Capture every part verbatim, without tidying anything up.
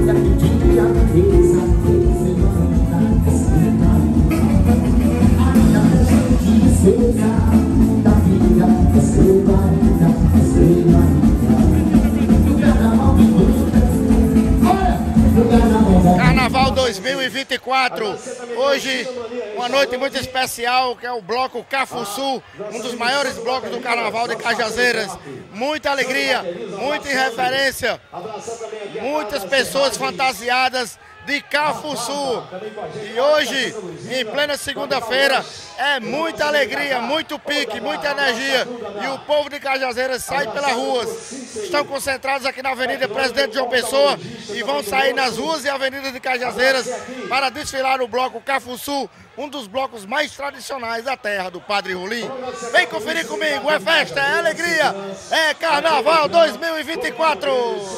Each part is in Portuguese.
Carnaval dois mil e vinte e quatro, hoje uma noite muito especial, que é o bloco Cafuçu, um dos maiores blocos do Carnaval de Cajazeiras. Muita alegria, muita irreverência, muitas pessoas fantasiadas de Cafuçu. E hoje, em plena segunda-feira, é muita alegria, muito pique, muita energia. E o povo de Cajazeiras sai pelas ruas. Estão concentrados aqui na Avenida Presidente João Pessoa e vão sair nas ruas e avenidas de Cajazeiras para desfilar o bloco Cafuçu, um dos blocos mais tradicionais da terra do Padre Rolim. Vem conferir comigo, é festa, é alegria, é Carnaval dois mil e vinte e quatro!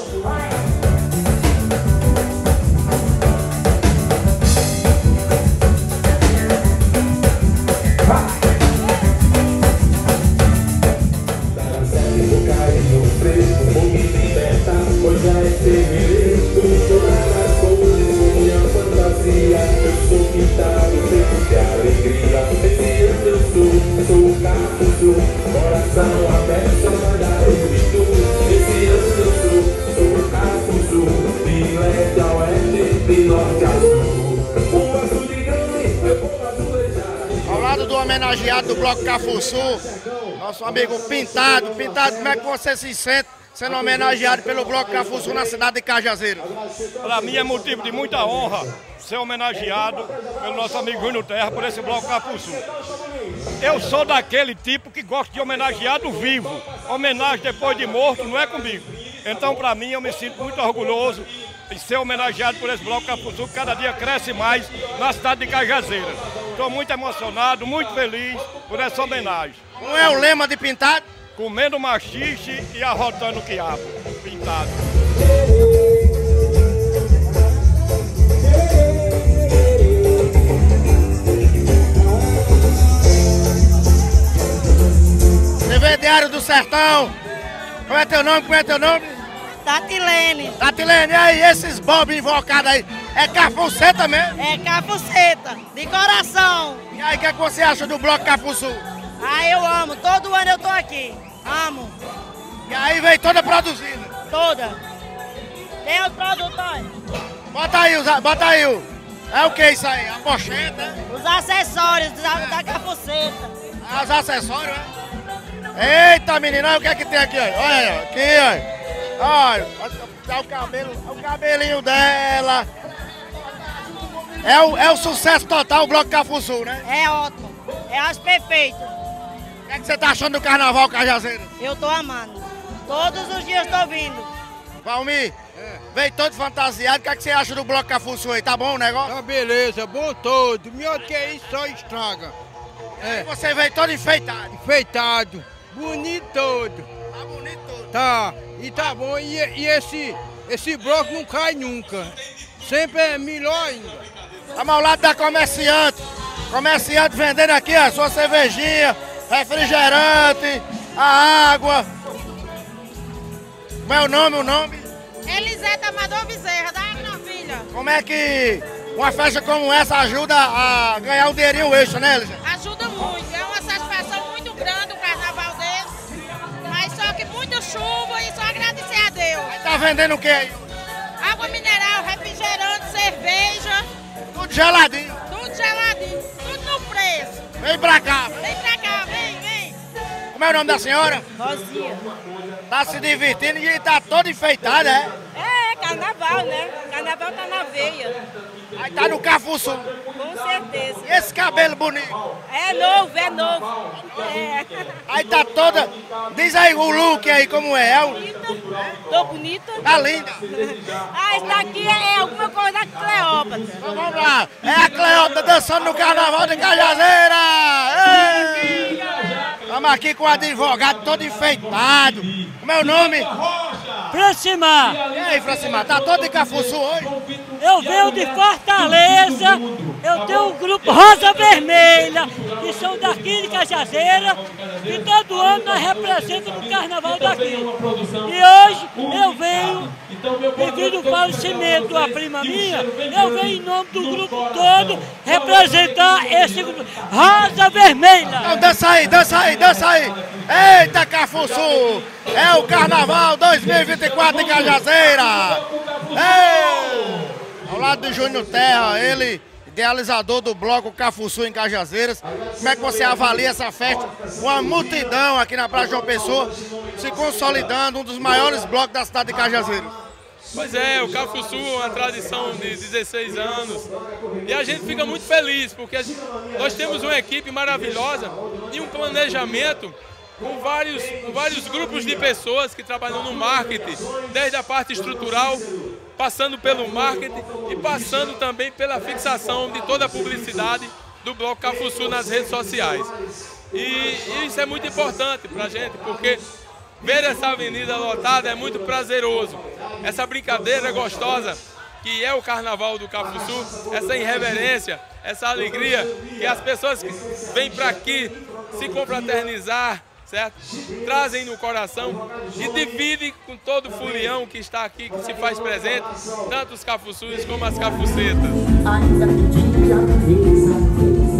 Ao lado do homenageado do bloco Cafuçu, nosso amigo Pintado. Pintado, como é que você se sente sendo homenageado pelo bloco Cafuçu na cidade de Cajazeiras? Para mim é motivo de muita honra ser homenageado pelo nosso amigo Júnior Terra por esse bloco Cafuçu. Eu sou daquele tipo que gosta de homenageado vivo. Homenagem depois de morto não é comigo. Então, para mim, eu me sinto muito orgulhoso de ser homenageado por esse bloco Cafuçu, que cada dia cresce mais na cidade de Cajazeiras. Estou muito emocionado, muito feliz por essa homenagem. Não é o lema de Pintado? Comendo machixe e arrotando o quiabo. Pintado. T V Diário do Sertão. Como é teu nome? Como é teu nome? Tatilene. Tatilene, e aí, esses bobos invocados aí, é cafuceta mesmo? É cafuceta, de coração. E aí, o que, é que você acha do bloco Cafuçu? Ah, eu amo, todo ano eu tô aqui, amo. E aí vem toda produzida? Toda. Tem os produtores. Bota aí, os- bota aí o... É o que isso aí? A pocheta? Os acessórios da, da cafuceta. Ah, os acessórios, é? Eita, menina, olha o que é que tem aqui, olha. Olha, aqui, olha. Olha, olha o cabelo, olha o cabelinho dela. É o, é o sucesso total o bloco Cafuçu, né? É ótimo, é as perfeitas. O que, é que você tá achando do Carnaval Cajazeiras? Eu tô amando. Todos os dias tô vindo. Valmir, vem todo fantasiado, o que, é que você acha do bloco Cafuçu aí? Tá bom o negócio? Tá beleza, bom todo. Melhor que isso, só estraga. É. Você veio todo enfeitado. Enfeitado, bonito todo. Tá bonito todo. Tá, e tá bom. E, e esse, esse bloco não cai nunca. Sempre é melhor ainda. Estamos ao lado da comerciante. Comerciante vendendo aqui a sua cervejinha, refrigerante, a água. Como é o nome, o nome? Eliseta Amador Bezerra, da Água Filha. Como é que uma festa como essa ajuda a ganhar um dinheirinho extra, né, Eliseta? Ajuda muito, é uma satisfação muito grande o carnaval desse. Mas só que muita chuva e só agradecer a Deus. Tá vendendo o que aí? Água mineral, refrigerante, cerveja, Tudo geladinho. tudo geladinho, tudo no preço. Vem pra cá. Vem pra cá, vem, vem. Como é o nome da senhora? Rosinha. Tá se divertindo e tá toda enfeitada, é? É, carnaval, né? Carnaval tá na veia, Aí tá no Cafuçu. com certeza. E esse cabelo bonito? É novo, é novo. É. Aí tá toda... Diz aí o look aí como é. É o... Tô bonita? Tá linda. Ah, isso daqui é alguma coisa da Cleópatra. Então vamos lá. É a Cleópatra dançando no Carnaval de Cajazeiras. Ei! Estamos aqui com o advogado todo enfeitado. Como é o nome? Francimar, E aí, Francimar, tá todo de Cafuçu hoje? eu venho de Fortaleza, eu tenho um grupo Rosa Vermelha, que são daqui de Cajazeira, e todo ano nós representamos o carnaval daqui. E hoje eu venho devido ao falecimento da prima minha, eu venho em nome do grupo todo representar esse grupo. Rosa Vermelha! Então, dança aí, dança aí, dança aí! Eita, Cafuçu! É o Carnaval dois mil e vinte e quatro em Cajazeira! Ei! Ao lado do Júnior Terra, ele, idealizador do bloco Cafuçu em Cajazeiras. Como é que você avalia essa festa? Uma multidão aqui na Praça João Pessoa, se consolidando, um dos maiores blocos da cidade de Cajazeiras. Pois é, o Cafuçu é uma tradição de dezesseis anos e a gente fica muito feliz porque gente, nós temos uma equipe maravilhosa e um planejamento com vários, com vários grupos de pessoas que trabalham no marketing, desde a parte estrutural, passando pelo marketing e passando também pela fixação de toda a publicidade do Bloco Cafuçu nas redes sociais. E, e isso é muito importante para a gente, porque ver essa avenida lotada é muito prazeroso. Essa brincadeira gostosa que é o Carnaval do Cafuçu, essa irreverência, essa alegria que as pessoas que vêm para aqui se confraternizar, certo? Trazem no coração e dividem com todo o folião que está aqui, que se faz presente, tanto os cafuçus como as cafucetas.